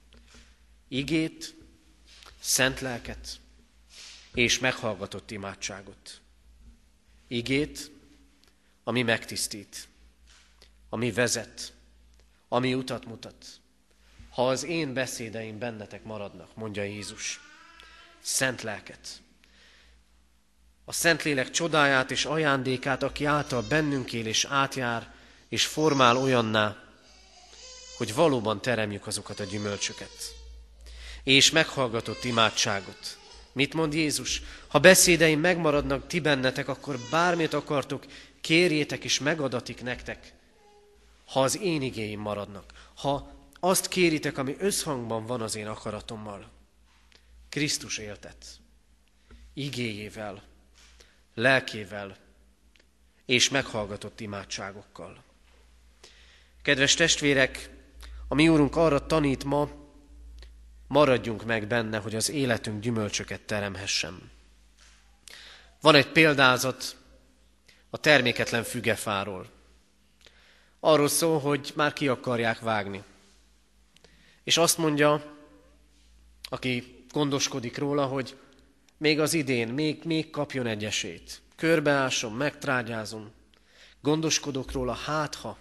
Igét, szent lelket és meghallgatott imádságot. Igét, ami megtisztít, ami vezet, ami utat mutat. Ha az én beszédeim bennetek maradnak, mondja Jézus, szent lelket. A Szentlélek csodáját és ajándékát, aki által bennünk él és átjár, és formál olyanná, hogy valóban teremjük azokat a gyümölcsöket. És meghallgatott imádságot. Mit mond Jézus? Ha beszédeim megmaradnak ti bennetek, akkor bármit akartok, kérjétek és megadatik nektek. Ha az én igéim maradnak, ha azt kéritek, ami összhangban van az én akaratommal. Krisztus éltet. Igéjével, lelkével és meghallgatott imádságokkal. Kedves testvérek, a mi Úrunk arra tanít ma, maradjunk meg benne, hogy az életünk gyümölcsöket teremhessen. Van egy példázat a terméketlen fügefáról. Arról szól, hogy már ki akarják vágni. És azt mondja, aki gondoskodik róla, hogy még az idén, még, még kapjon egy esélyt. Körbeásom, megtrágyázom, gondoskodok róla, hát ha,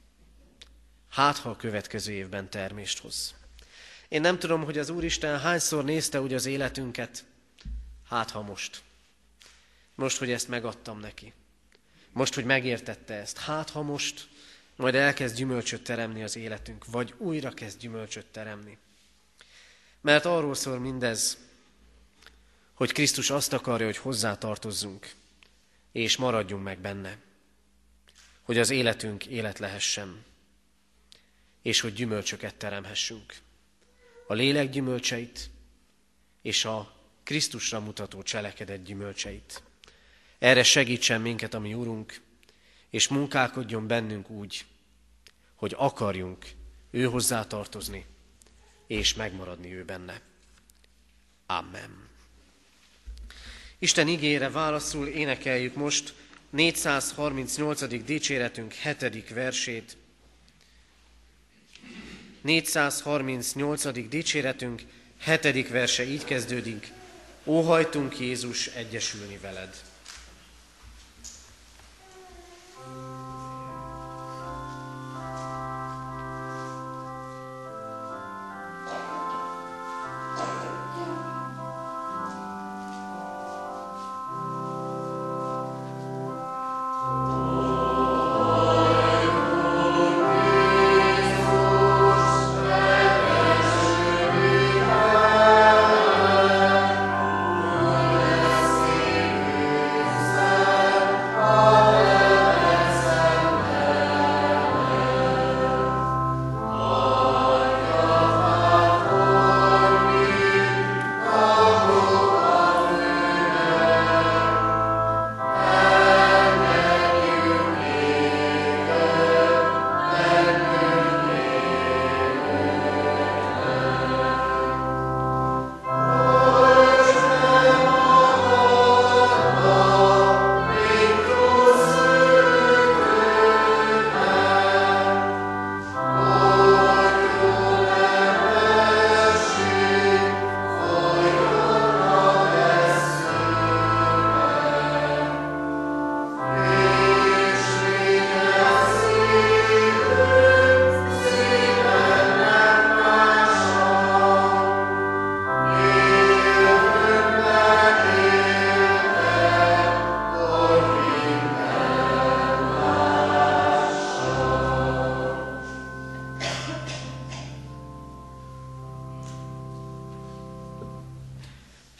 hát ha a következő évben termést hoz. Én nem tudom, hogy az Úristen hányszor nézte úgy az életünket, hát ha most. Most, hogy ezt megadtam neki. Most, hogy megértette ezt. Hát ha most, majd elkezd gyümölcsöt teremni az életünk, vagy újra kezd gyümölcsöt teremni. Mert arról szól mindez, hogy Krisztus azt akarja, hogy hozzátartozzunk, és maradjunk meg benne. Hogy az életünk élet lehessen, és hogy gyümölcsöket teremhessünk. A lélek gyümölcseit, és a Krisztusra mutató cselekedet gyümölcseit. Erre segítsen minket a mi Úrunk, és munkálkodjon bennünk úgy, hogy akarjunk ő hozzátartozni, és megmaradni ő benne. Amen. Isten igére válaszul énekeljük most négyszázharmincnyolcadik dicséretünk hetedik versét. négyszázharmincnyolcadik dicséretünk hetedik verse így kezdődik. Óhajtunk Jézus egyesülni veled.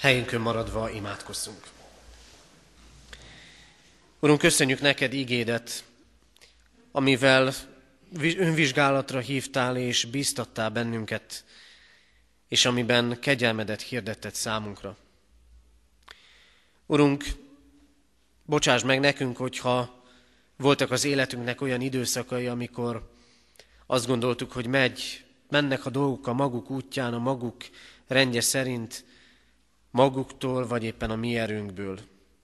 Helyünkön maradva imádkozzunk. Urunk, köszönjük neked igédet, amivel önvizsgálatra hívtál és bíztattál bennünket, és amiben kegyelmedet hirdetted számunkra. Urunk, bocsáss meg nekünk, hogyha voltak az életünknek olyan időszakai, amikor azt gondoltuk, hogy megy, mennek a dolgok a maguk útján, a maguk rendje szerint, maguktól, vagy éppen a mi erőnkből.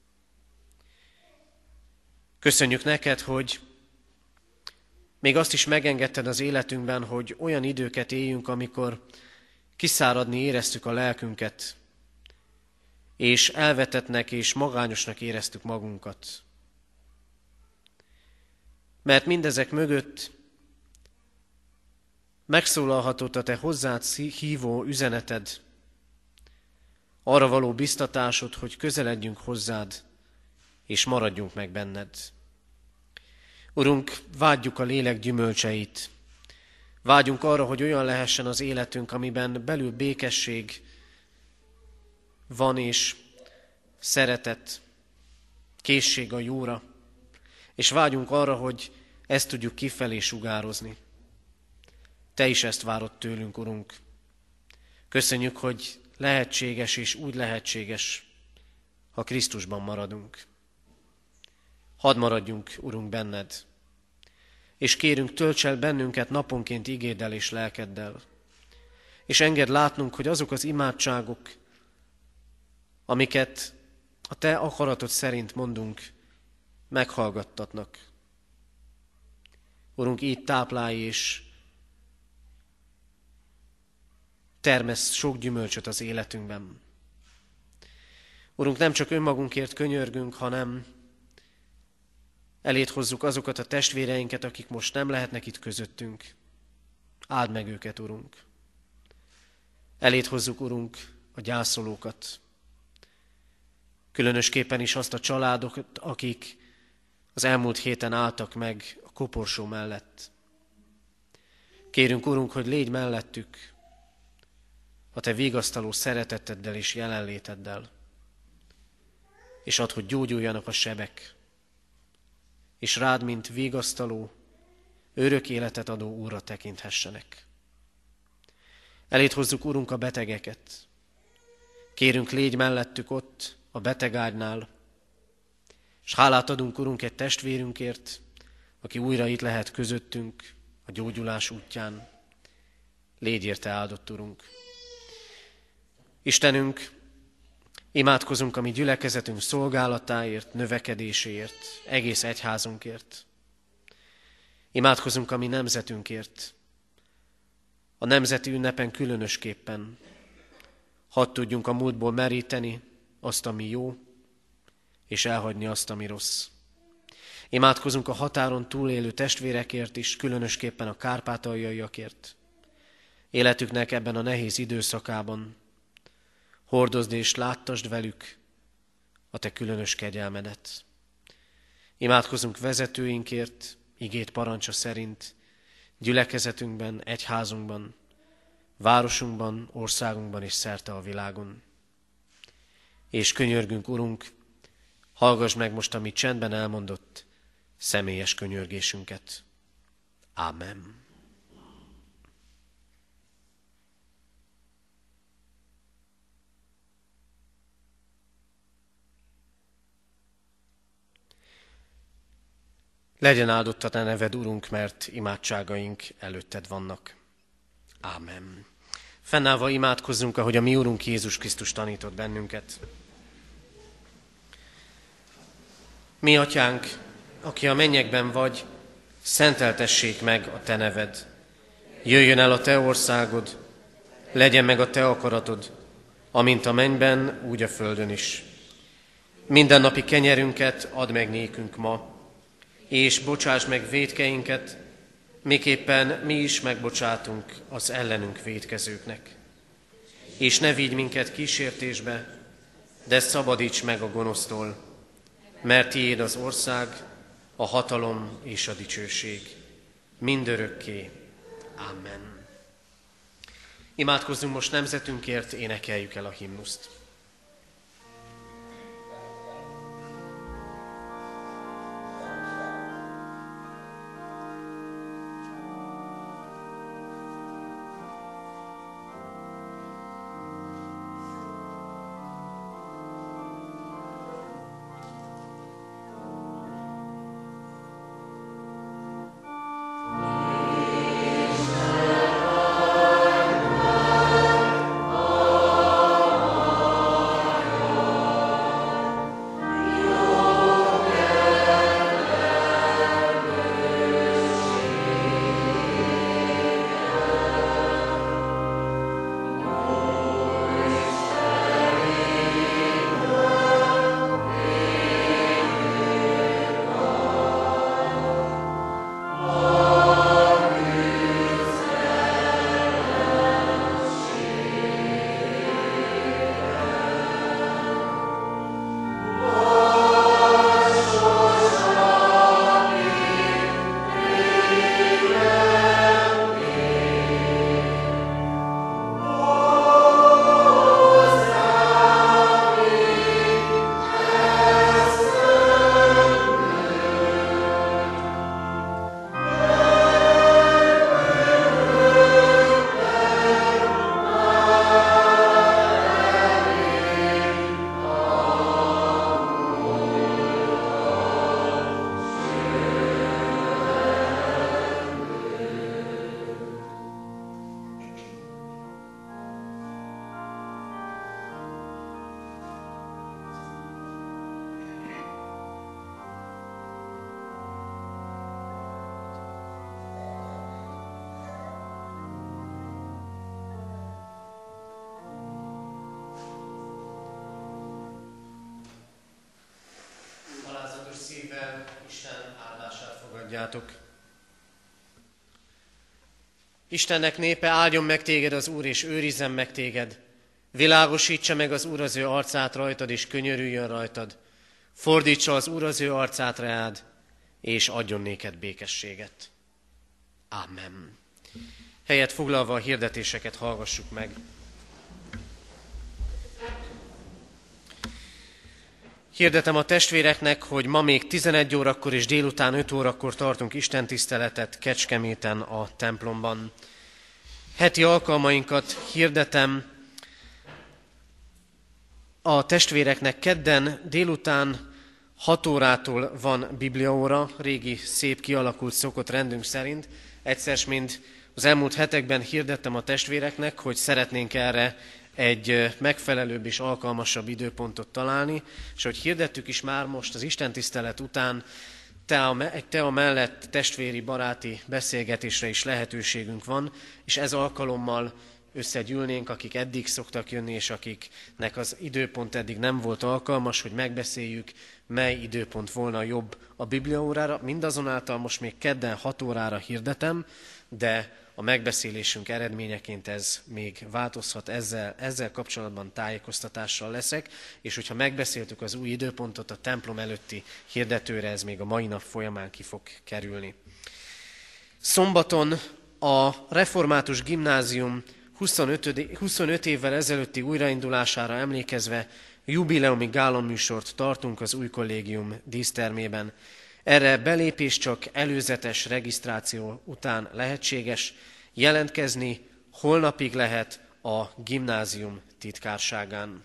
Köszönjük neked, hogy még azt is megengedted az életünkben, hogy olyan időket éljünk, amikor kiszáradni éreztük a lelkünket, és elvetettnek és magányosnak éreztük magunkat. Mert mindezek mögött megszólalhatott a te hozzád hívó üzeneted, arra való biztatásod, hogy közeledjünk hozzád, és maradjunk meg benned. Urunk, vágyjuk a lélek gyümölcseit. Vágyunk arra, hogy olyan lehessen az életünk, amiben belül békesség van, és szeretet, készség a jóra, és vágyunk arra, hogy ezt tudjuk kifelé sugározni. Te is ezt várod tőlünk, Urunk. Köszönjük, hogy lehetséges és úgy lehetséges, ha Krisztusban maradunk. Hadd maradjunk, Urunk, benned, és kérünk, tölts el bennünket naponként igéddel és lelkeddel, és engedd látnunk, hogy azok az imádságok, amiket a te akaratod szerint mondunk, meghallgattatnak. Urunk, így táplálj és termesz sok gyümölcsöt az életünkben. Urunk, nem csak önmagunkért könyörgünk, hanem eléd hozzuk azokat a testvéreinket, akik most nem lehetnek itt közöttünk. Áld meg őket, Urunk. Eléd hozzuk, Urunk, a gyászolókat. Különösképpen is azt a családokat, akik az elmúlt héten álltak meg a koporsó mellett. Kérünk, Urunk, hogy légy mellettük a te vigasztaló szereteteddel és jelenléteddel, és add, hogy gyógyuljanak a sebek, és rád, mint vigasztaló, örök életet adó Úrra tekinthessenek. Eléd hozzuk, Urunk, a betegeket. Kérünk, légy mellettük ott, a betegágynál, és hálát adunk, Urunk, egy testvérünkért, aki újra itt lehet közöttünk a gyógyulás útján. Légy érte áldott, Urunk. Istenünk, imádkozunk a mi gyülekezetünk szolgálatáért, növekedéséért, egész egyházunkért. Imádkozunk a mi nemzetünkért. A nemzeti ünnepen különösképpen hadd tudjunk a múltból meríteni azt, ami jó, és elhagyni azt, ami rossz. Imádkozunk a határon túlélő testvérekért is, különösképpen a kárpátaljaiakért. Életüknek ebben a nehéz időszakában hordozd és láttasd velük a te különös kegyelmedet. Imádkozunk vezetőinkért, igét parancsa szerint, gyülekezetünkben, egyházunkban, városunkban, országunkban és szerte a világon. És könyörgünk, Urunk, hallgass meg most a mi csendben elmondott személyes könyörgésünket. Ámen. Legyen áldott a te neved, Urunk, mert imádságaink előtted vannak. Ámen. Fennállva imádkozzunk, ahogy a mi Urunk Jézus Krisztus tanított bennünket. Mi, Atyánk, aki a mennyekben vagy, szenteltessék meg a te neved. Jöjjön el a te országod, legyen meg a te akaratod, amint a mennyben, úgy a földön is. Mindennapi kenyerünket add meg nékünk ma, és bocsáss meg vétkeinket, miképpen mi is megbocsátunk az ellenünk vétkezőknek. És ne vigy minket kísértésbe, de szabadíts meg a gonosztól, mert tiéd az ország, a hatalom és a dicsőség, mindörökké. Amen. Imádkozzunk most nemzetünkért, énekeljük el a himnuszt. szívvel Isten áldását fogadjátok. Istennek népe, áldjon meg téged az Úr, és őrizzen meg téged. Világosítsa meg az Úr az ő arcát rajtad, és könyörüljön rajtad. Fordítsa az Úr az ő arcát reád, és adjon néked békességet. Amen. Helyet foglalva a hirdetéseket hallgassuk meg. Hirdetem a testvéreknek, hogy ma még tizenegy órakor és délután öt órakor tartunk istentiszteletet Kecskeméten a templomban. Heti alkalmainkat hirdetem a testvéreknek. Kedden délután hat órától van bibliaóra, régi, szép, kialakult szokott rendünk szerint. Egyszer, mint az elmúlt hetekben hirdettem a testvéreknek, hogy szeretnénk erre egy megfelelőbb és alkalmasabb időpontot találni, és hogy hirdettük is már most az istentisztelet után, egy tea mellett testvéri, baráti beszélgetésre is lehetőségünk van, és ez alkalommal összegyűlnénk, akik eddig szoktak jönni, és akiknek az időpont eddig nem volt alkalmas, hogy megbeszéljük, mely időpont volna jobb a bibliaórára. Mindazonáltal most még kedden hat órára hirdetem, de a megbeszélésünk eredményeként ez még változhat, ezzel, ezzel kapcsolatban tájékoztatással leszek, és hogyha megbeszéltük az új időpontot, a templom előtti hirdetőre ez még a mai nap folyamán ki fog kerülni. Szombaton a Református Gimnázium huszonöt évvel ezelőtti újraindulására emlékezve jubileumi gálaműsort tartunk az új kollégium dísztermében. Erre belépés csak előzetes regisztráció után lehetséges, jelentkezni holnapig lehet a gimnázium titkárságán.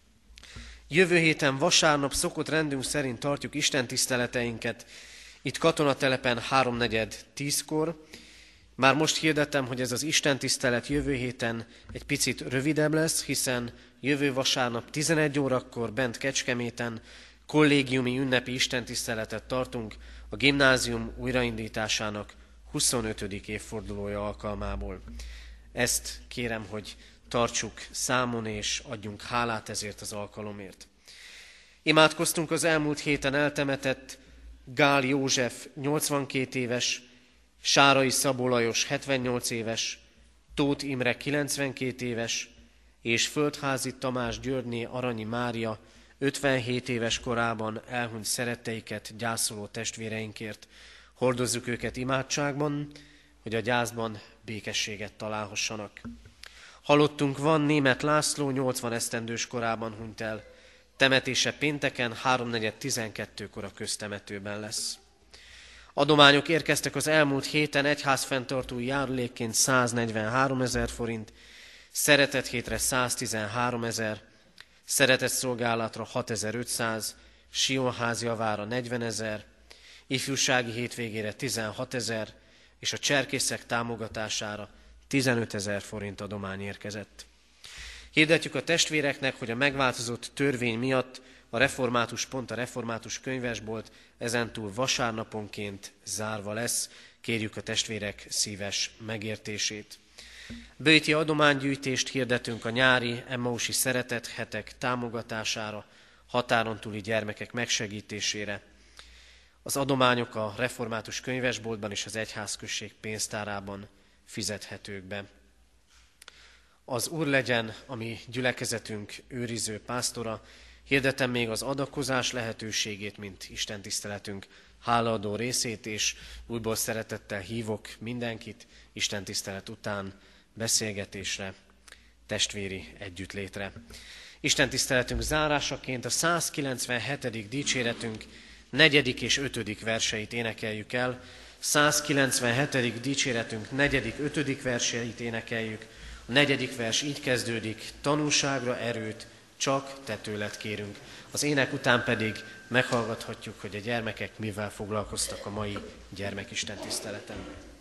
Jövő héten vasárnap szokott rendünk szerint tartjuk istentiszteleteinket, itt Katonatelepen háromnegyed tízkor. Már most hirdettem, hogy ez az istentisztelet jövő héten egy picit rövidebb lesz, hiszen jövő vasárnap tizenegy órakor bent Kecskeméten kollégiumi ünnepi istentiszteletet tartunk a gimnázium újraindításának huszonötödik évfordulója alkalmából. Ezt kérem, hogy tartsuk számon és adjunk hálát ezért az alkalomért. Imádkoztunk az elmúlt héten eltemetett Gál József nyolcvankét éves, Sárai Szabó Lajos hetvennyolc éves, Tóth Imre kilencvenkét éves, és Földházi Tamás Györgyné Aranyi Mária ötvenhét éves korában elhunyt szeretteiket gyászoló testvéreinkért. Hordozzuk őket imádságban, hogy a gyászban békességet találhassanak. Halottunk van Németh László, nyolcvan esztendős korában hunyt el. Temetése pénteken háromnegyed tizenkettőkor a köztemetőben lesz. Adományok érkeztek az elmúlt héten egyházfenntartói járulékként száznegyvenháromezer forint, szeretett hétre száztizenháromezer, szeretett szolgálatra hatezer-ötszáz, Sionházi javára negyvenezer, ifjúsági hétvégére tizenhatezer, és a cserkészek támogatására tizenötezer forint adomány érkezett. Hirdetjük a testvéreknek, hogy a megváltozott törvény miatt a református pont, a református könyvesbolt ezentúl vasárnaponként zárva lesz. Kérjük a testvérek szíves megértését. Bőti adománygyűjtést hirdetünk a nyári Emmausi szeretethetek támogatására, határon túli gyermekek megsegítésére. Az adományok a református könyvesboltban és az egyházközség pénztárában fizethetők be. Az Úr legyen a mi gyülekezetünk őriző pásztora. Hirdetem még az adakozás lehetőségét, mint istentiszteletünk hálaadó részét, és újból szeretettel hívok mindenkit istentisztelet után beszélgetésre, testvéri együttlétre. Istentiszteletünk zárásaként a százkilencvenhetedik dicséretünk negyedik és ötödik verseit énekeljük el. százkilencvenhetedik dicséretünk negyedik, ötödik verseit énekeljük. A negyedik vers így kezdődik: tanúságra erőt csak te tőled kérünk. Az ének után pedig meghallgathatjuk, hogy a gyermekek mivel foglalkoztak a mai gyermekistentiszteleten.